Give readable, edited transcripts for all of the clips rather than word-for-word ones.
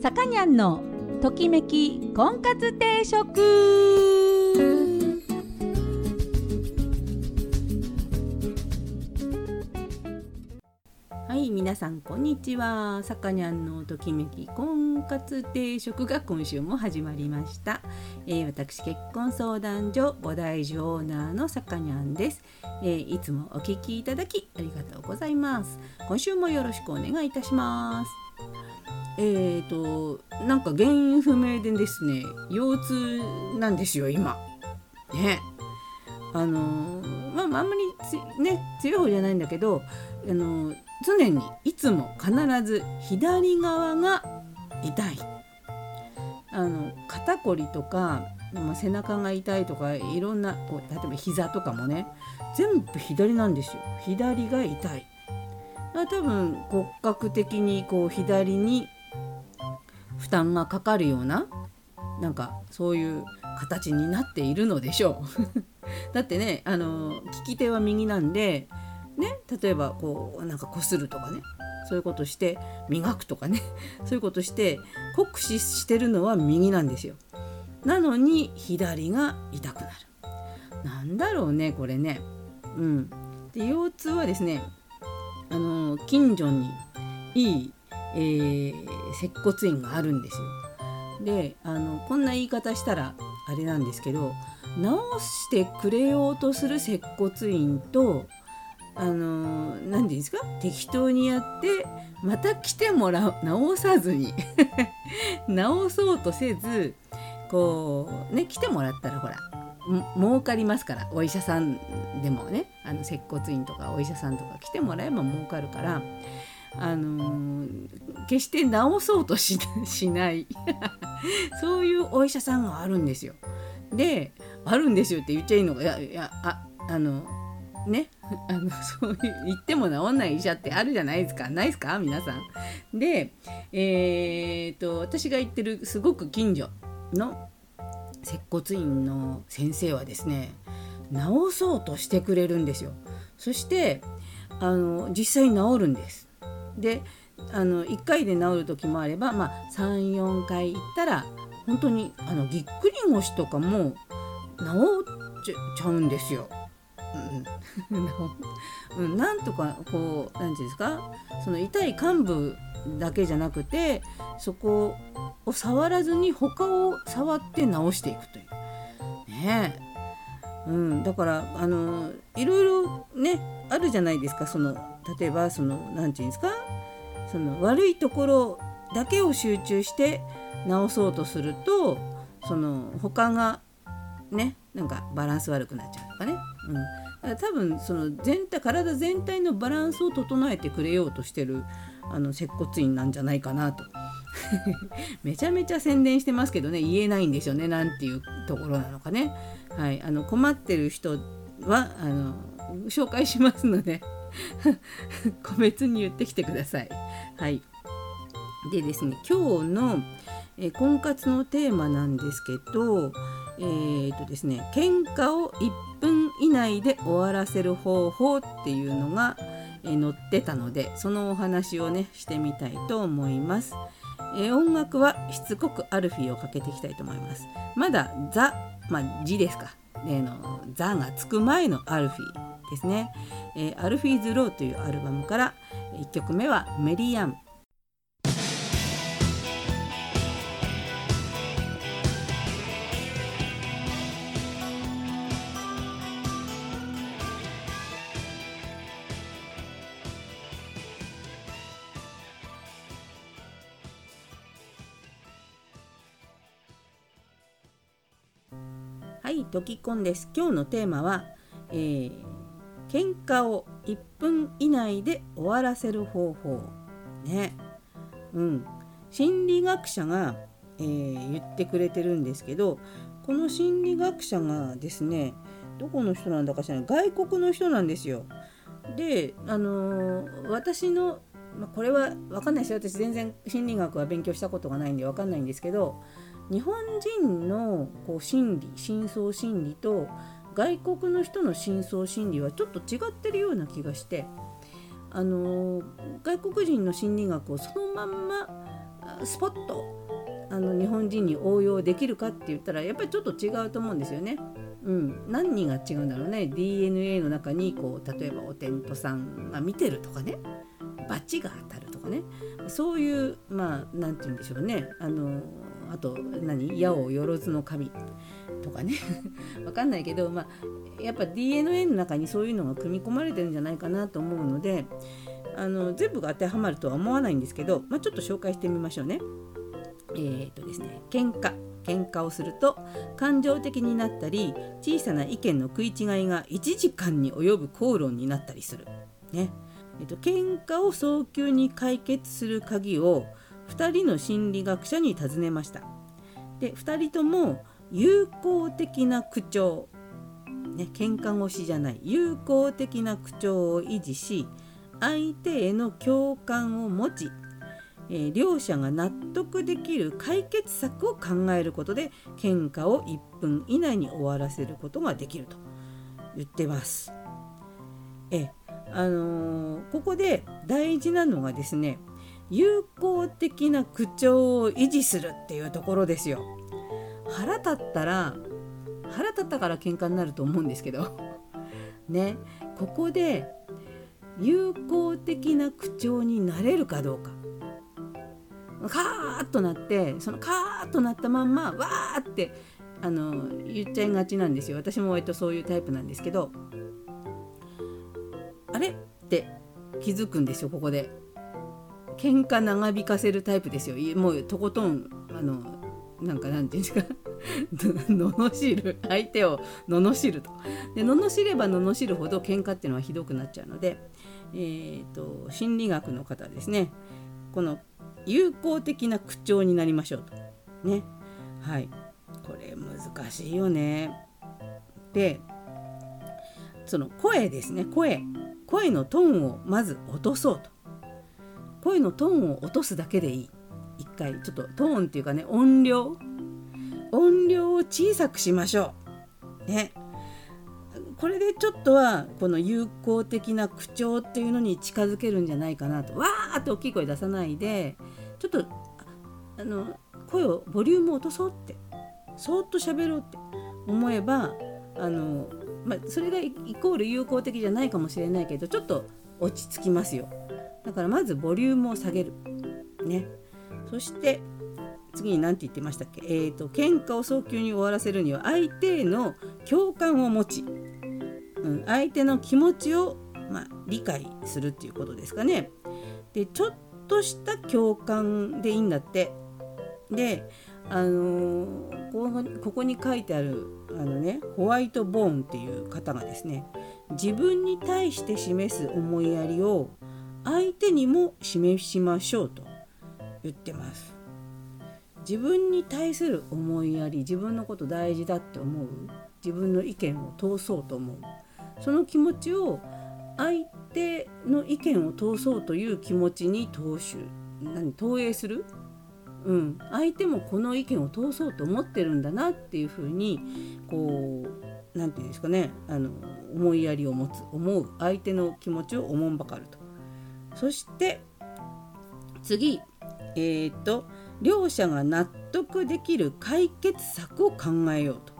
さかにゃんのときめき婚活定食。はい、皆さんこんにちは。さかにゃんのときめき婚活定食が今週も始まりました。私結婚相談所菩提樹オーナーのさかにゃんです。いつもお聞きいただきありがとうございます。今週もよろしくお願いいたします。なんか原因不明でですね、腰痛なんですよ今ね。あんまり強い方じゃないんだけど、常にいつも必ず左側が痛い。肩こりとか、背中が痛いとか、いろんな例えば膝とかもね、全部左なんですよ。左が痛い。多分骨格的に左に負担がかかるような、なんかそういう形になっているのでしょうだってね、利き手は右なんでね、例えばなんかこするとかね、そういうことして磨くとかねそういうことして酷使してるのは右なんですよ。なのに左が痛くなる。なんだろうねこれね。で、腰痛はですね、近所にいい、接骨院があるんですよ。で、こんな言い方したらあれなんですけど、治してくれようとする接骨院と、何て言うんですか、適当にやってまた来てもらう、治さずに治そうとせず来てもらったらほら儲かりますから。お医者さんでもね、接骨院とかお医者さんとか来てもらえば儲かるから、決して治そうと しないそういうお医者さんがあるんですよ。で、あるんですよって言っちゃいいのか。そういう言っても治んない医者ってあるじゃないですか。ないですか皆さん。で、私が行ってるすごく近所の接骨院の先生はですね、治そうとしてくれるんですよ。そして実際に治るんです。で、1回で治る時もあれば、3、4回行ったら本当にぎっくり腰とかも治っちゃうんですよ。なんとかなんていうんですか、その痛い患部だけじゃなくて、そこを触らずに他を触って治していくというね。だからいろいろねあるじゃないですか。例えばなんていうんですか、その悪いところだけを集中して治そうとすると、他がね、なんかバランス悪くなっちゃうとかね。だから多分体全体のバランスを整えてくれようとしてる接骨院なんじゃないかなとめちゃめちゃ宣伝してますけどね、言えないんですよね、なんていうところなのかね。はい、困ってる人は紹介しますので個別に言ってきてください。はい。でですね、今日の婚活のテーマなんですけど、ですね、喧嘩を1分以内で終わらせる方法っていうのが、載ってたので、そのお話をねしてみたいと思います。音楽はしつこくアルフィーをかけていきたいと思います。まだ字ですか、ザがつく前のアルフィーですね。アルフィーズローというアルバムから1曲目はメリーアン。はい、ドキコンです。今日のテーマは、喧嘩を1分以内で終わらせる方法ね。心理学者が、言ってくれてるんですけど、この心理学者がですね、どこの人なんだか知らない、外国の人なんですよ。で、私の、これは分かんないですよ。私全然心理学は勉強したことがないんで分かんないんですけど、日本人の深層心理と外国の人の深層心理はちょっと違ってるような気がして、外国人の心理学をそのまんまスポッと日本人に応用できるかって言ったらやっぱりちょっと違うと思うんですよね。何が違うんだろうね。 DNA の中に例えばお天道さんが見てるとかね、バチが当たるとかね、そういうなんて言うんでしょうね。あと矢をよろずの神とかねわかんないけど、やっぱ DNA の中にそういうのが組み込まれてるんじゃないかなと思うので、全部が当てはまるとは思わないんですけど、ちょっと紹介してみましょうね。ですね、喧嘩をすると感情的になったり、小さな意見の食い違いが1時間に及ぶ口論になったりする、ね。喧嘩を早急に解決する鍵を2人の心理学者に尋ねました。で、2人とも友好的な口調、喧嘩腰じゃない友好的な口調を維持し、相手への共感を持ち、両者が納得できる解決策を考えることで喧嘩を1分以内に終わらせることができると言ってます。ここで大事なのがですね、友好的な口調を維持するっていうところですよ。腹立ったから喧嘩になると思うんですけどね、ここで友好的な口調になれるかどうか。カーッとなって、そのカーッとなったまんまわーって言っちゃいがちなんですよ。私も割とそういうタイプなんですけど、あれって気づくんですよ。ここで喧嘩長引かせるタイプですよ。もうとことんなんていうんですか罵る、相手を罵ると。で、罵れば罵るほど喧嘩っていうのはひどくなっちゃうので、心理学の方はですね、この友好的な口調になりましょうとね。はい、これ難しいよね。で、その声ですね、声のトーンをまず落とそうと。声のトーンを落とすだけでいい。一回ちょっとトーンっていうかね、音量を小さくしましょうね。これでちょっとはこの友好的な口調っていうのに近づけるんじゃないかなと。わーって大きい声出さないで、ちょっと声をボリュームを落とそうって、そーっと喋ろうって思えば、それがイコール友好的じゃないかもしれないけど、ちょっと落ち着きますよ。だからまずボリュームを下げるね。そして次に何て言ってましたっけ。喧嘩を早急に終わらせるには相手への共感を持ち、相手の気持ちを、理解するっていうことですかね。で、ちょっとした共感でいいんだって。で、ここに書いてあるホワイトボーンっていう方がですね、自分に対して示す思いやりを相手にも示しましょうと言ってます。自分に対する思いやり、自分のこと大事だって思う、自分の意見を通そうと思う、その気持ちを相手の意見を通そうという気持ちに投影する、相手もこの意見を通そうと思ってるんだなっていうふうになんていうんですかね、思いやりを持つ、思う相手の気持ちをおもんばかると。そして次、両者が納得できる解決策を考えようと。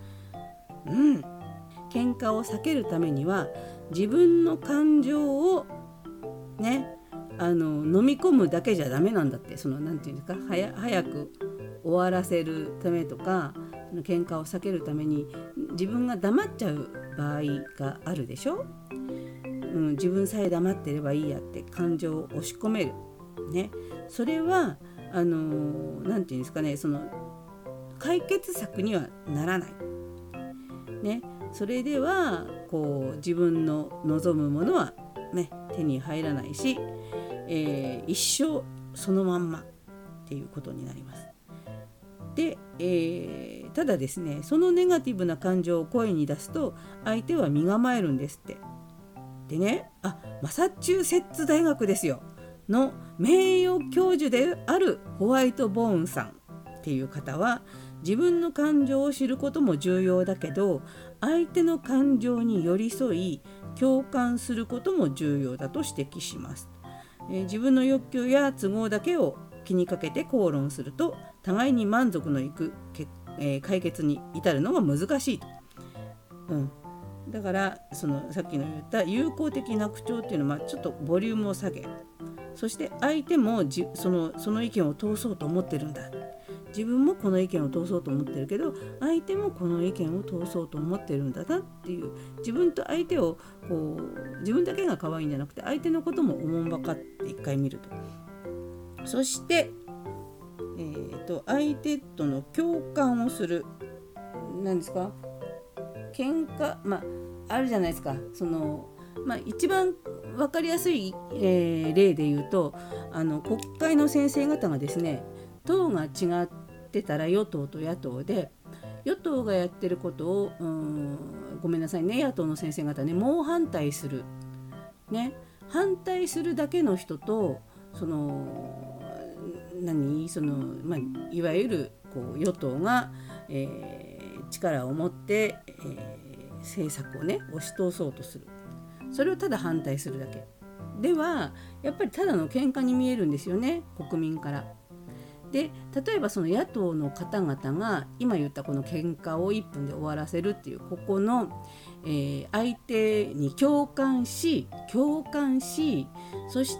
喧嘩を避けるためには自分の感情をね、飲み込むだけじゃダメなんだって。なんていうんですか、早く終わらせるためとか、喧嘩を避けるために自分が黙っちゃう場合があるでしょ。自分さえ黙ってればいいやって感情を押し込めるね。それはなんていうんですかね、解決策にはならないね。それでは自分の望むものはね、手に入らないし、一生そのまんまっていうことになります。で、ただですね、そのネガティブな感情を声に出すと相手は身構えるんですって。でね、マサチューセッツ大学ですよの名誉教授であるホワイトボーンさんっていう方は、自分の感情を知ることも重要だけど、相手の感情に寄り添い共感することも重要だと指摘します。自分の欲求や都合だけを気にかけて口論すると互いに満足のいく解決に至るのが難しいと。だからさっきの言った友好的な口調っていうのはちょっとボリュームを下げ、そして相手もその意見を通そうと思ってるんだ、自分もこの意見を通そうと思ってるけど相手もこの意見を通そうと思ってるんだなっていう、自分と相手を自分だけが可愛いんじゃなくて相手のこともおもんばかって一回見ると。そして、相手との共感をする。何ですか、喧嘩あるじゃないですか。一番分かりやすい、例で言うと国会の先生方がですね、党が違ってたら与党と野党で、与党がやってることをごめんなさいね、野党の先生方ね、猛反対する、ね、反対するだけの人といわゆる与党が、力を持って、政策をね押し通そうとする、それをただ反対するだけではやっぱりただの喧嘩に見えるんですよね、国民から。で例えば野党の方々が今言ったこの喧嘩を1分で終わらせるっていうここの、相手に共感しそして、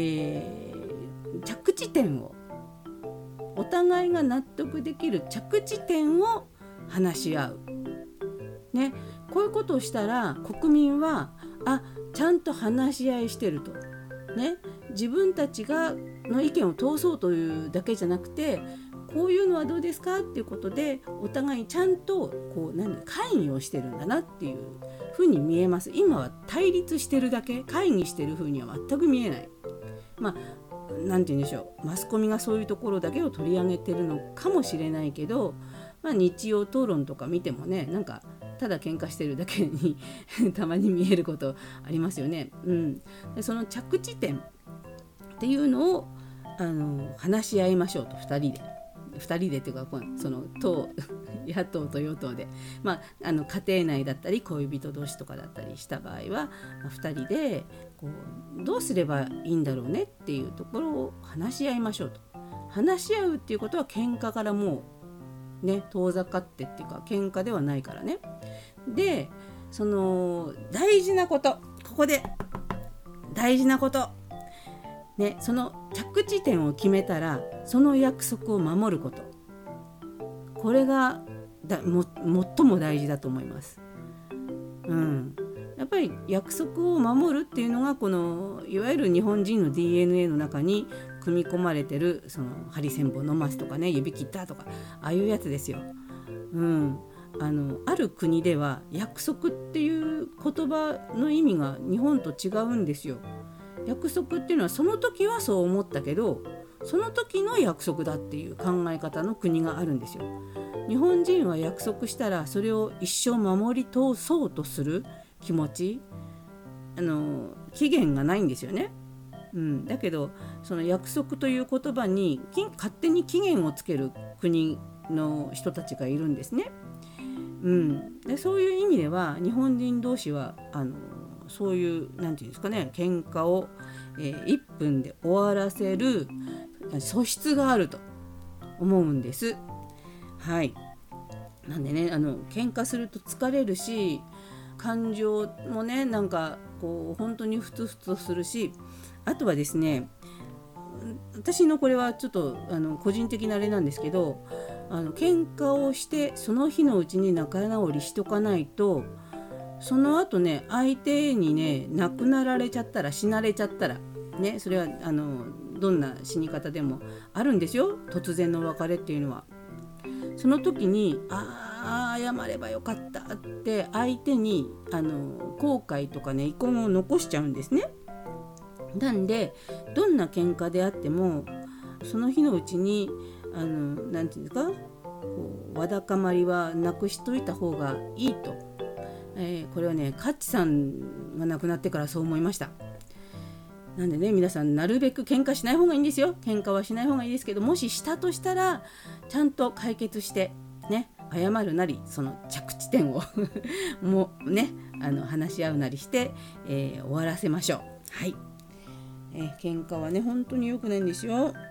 着地点をお互いが納得できる着地点を話し合う、ね、こういうことをしたら国民はちゃんと話し合いしてると、ね、自分たちの意見を通そうというだけじゃなくてこういうのはどうですかっていうことでお互いちゃんと会議をしてるんだなっていうふうに見えます。今は対立してるだけ、会議してるふうには全く見えない。なんて言うんでしょう、マスコミがそういうところだけを取り上げてるのかもしれないけど、日曜討論とか見てもね、ただ喧嘩してるだけにたまに見えることありますよね。でその着地点っていうのを話し合いましょうと、2人でっていうか野党と与党で、家庭内だったり恋人同士とかだったりした場合は、2人でどうすればいいんだろうねっていうところを話し合いましょうと。話し合うっていうことは喧嘩からもうね遠ざかってっていうか喧嘩ではないからね。で大事なこと、ここで大事なことね、その着地点を決めたらその約束を守ること、これが最も大事だと思います。やっぱり約束を守るっていうのがいわゆる日本人の DNA の中に組み込まれてるハリセンボン飲ますとかね、指切ったとかああいうやつですよ。ある国では約束っていう言葉の意味が日本と違うんですよ。約束っていうのはその時はそう思ったけどその時の約束だっていう考え方の国があるんですよ。日本人は約束したらそれを一生守り通そうとする気持ち、期限がないんですよね。だけどその約束という言葉に勝手に期限をつける国の人たちがいるんですね。でそういう意味では日本人同士はそういうなんていうんですかね、喧嘩を、1分で終わらせる素質があると思うんです。はい。なんでね喧嘩すると疲れるし感情もね本当にふつふつとするし、あとはですね、私のこれはちょっと個人的なあれなんですけど、喧嘩をしてその日のうちに仲直りしとかないとその後ね相手にね亡くなられちゃったら死なれちゃったらね、それはどんな死に方でもあるんですよ、突然の別れっていうのは。その時に謝ればよかったって相手に後悔とかね遺恨を残しちゃうんですね。なんでどんな喧嘩であってもその日のうちになんていうんですか、わだかまりはなくしといた方がいいと、これはねカッチさんが亡くなってからそう思いました。なんでね皆さんなるべく喧嘩しない方がいいんですよ。喧嘩はしない方がいいですけど、もししたとしたらちゃんと解決してね、謝るなりその着地点をもうね話し合うなりして、終わらせましょう。はい。喧嘩はね本当に良くないんですよ。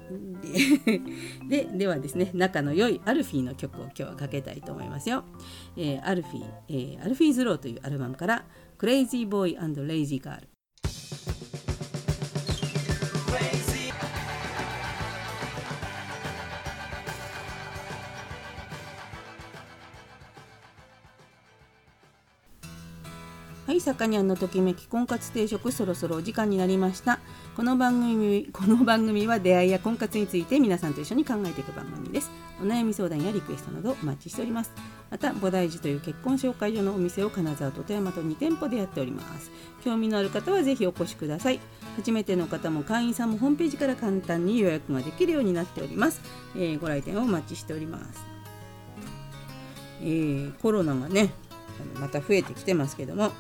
ではですね、仲の良いアルフィーの曲を今日はかけたいと思いますよ。アルフィーズローというアルバムからクレイジーボーイ&レイジーガール。はい、さかにゃんのときめき婚活定食、そろそろお時間になりました。この番組は出会いや婚活について皆さんと一緒に考えていく番組です。お悩み相談やリクエストなどお待ちしております。また菩提寺という結婚紹介所のお店を金沢と富山と2店舗でやっております。興味のある方はぜひお越しください。初めての方も会員さんもホームページから簡単に予約ができるようになっております。ご来店をお待ちしております。コロナがねまた増えてきてますけども、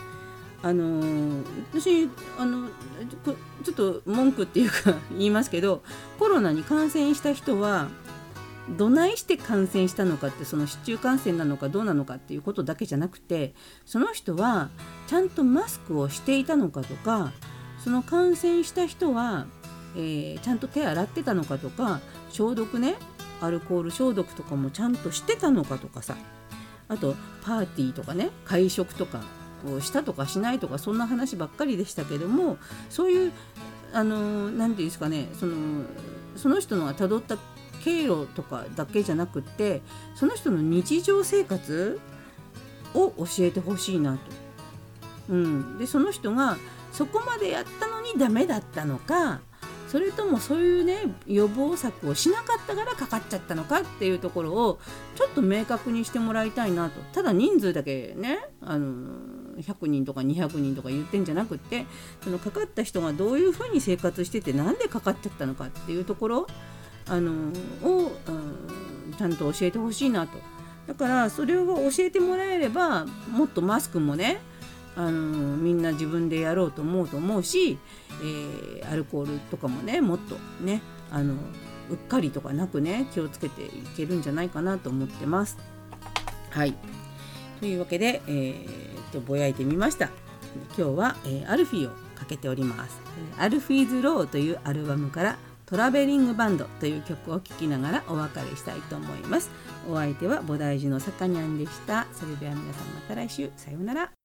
私ちょっと文句っていうか言いますけど、コロナに感染した人はどないして感染したのかって、その市中感染なのかどうなのかっていうことだけじゃなくて、その人はちゃんとマスクをしていたのかとか、その感染した人は、ちゃんと手洗ってたのかとか、消毒ね、アルコール消毒とかもちゃんとしてたのかとかさ、あとパーティーとかね、会食とかをしたとかしないとか、そんな話ばっかりでしたけども、そういうなんていうんですかね、その人のたどった経路とかだけじゃなくって、その人の日常生活を教えてほしいなと、でその人がそこまでやったのにダメだったのか、それともそういうね予防策をしなかったからかかっちゃったのかっていうところをちょっと明確にしてもらいたいなと。ただ人数だけね100人とか200人とか言ってんじゃなくって、そのかかった人がどういうふうに生活してて、なんでかかっちゃったのかっていうところをちゃんと教えてほしいなと。だからそれを教えてもらえれば、もっとマスクもねみんな自分でやろうと思うし、アルコールとかもねもっとねうっかりとかなくね気をつけていけるんじゃないかなと思ってます。はい、というわけで、ぼやいてみました。今日は、アルフィーをかけております。アルフィーズローというアルバムからトラベリングバンドという曲を聴きながらお別れしたいと思います。お相手は菩提寺のさかにゃんでした。それでは皆さんまた来週、さようなら。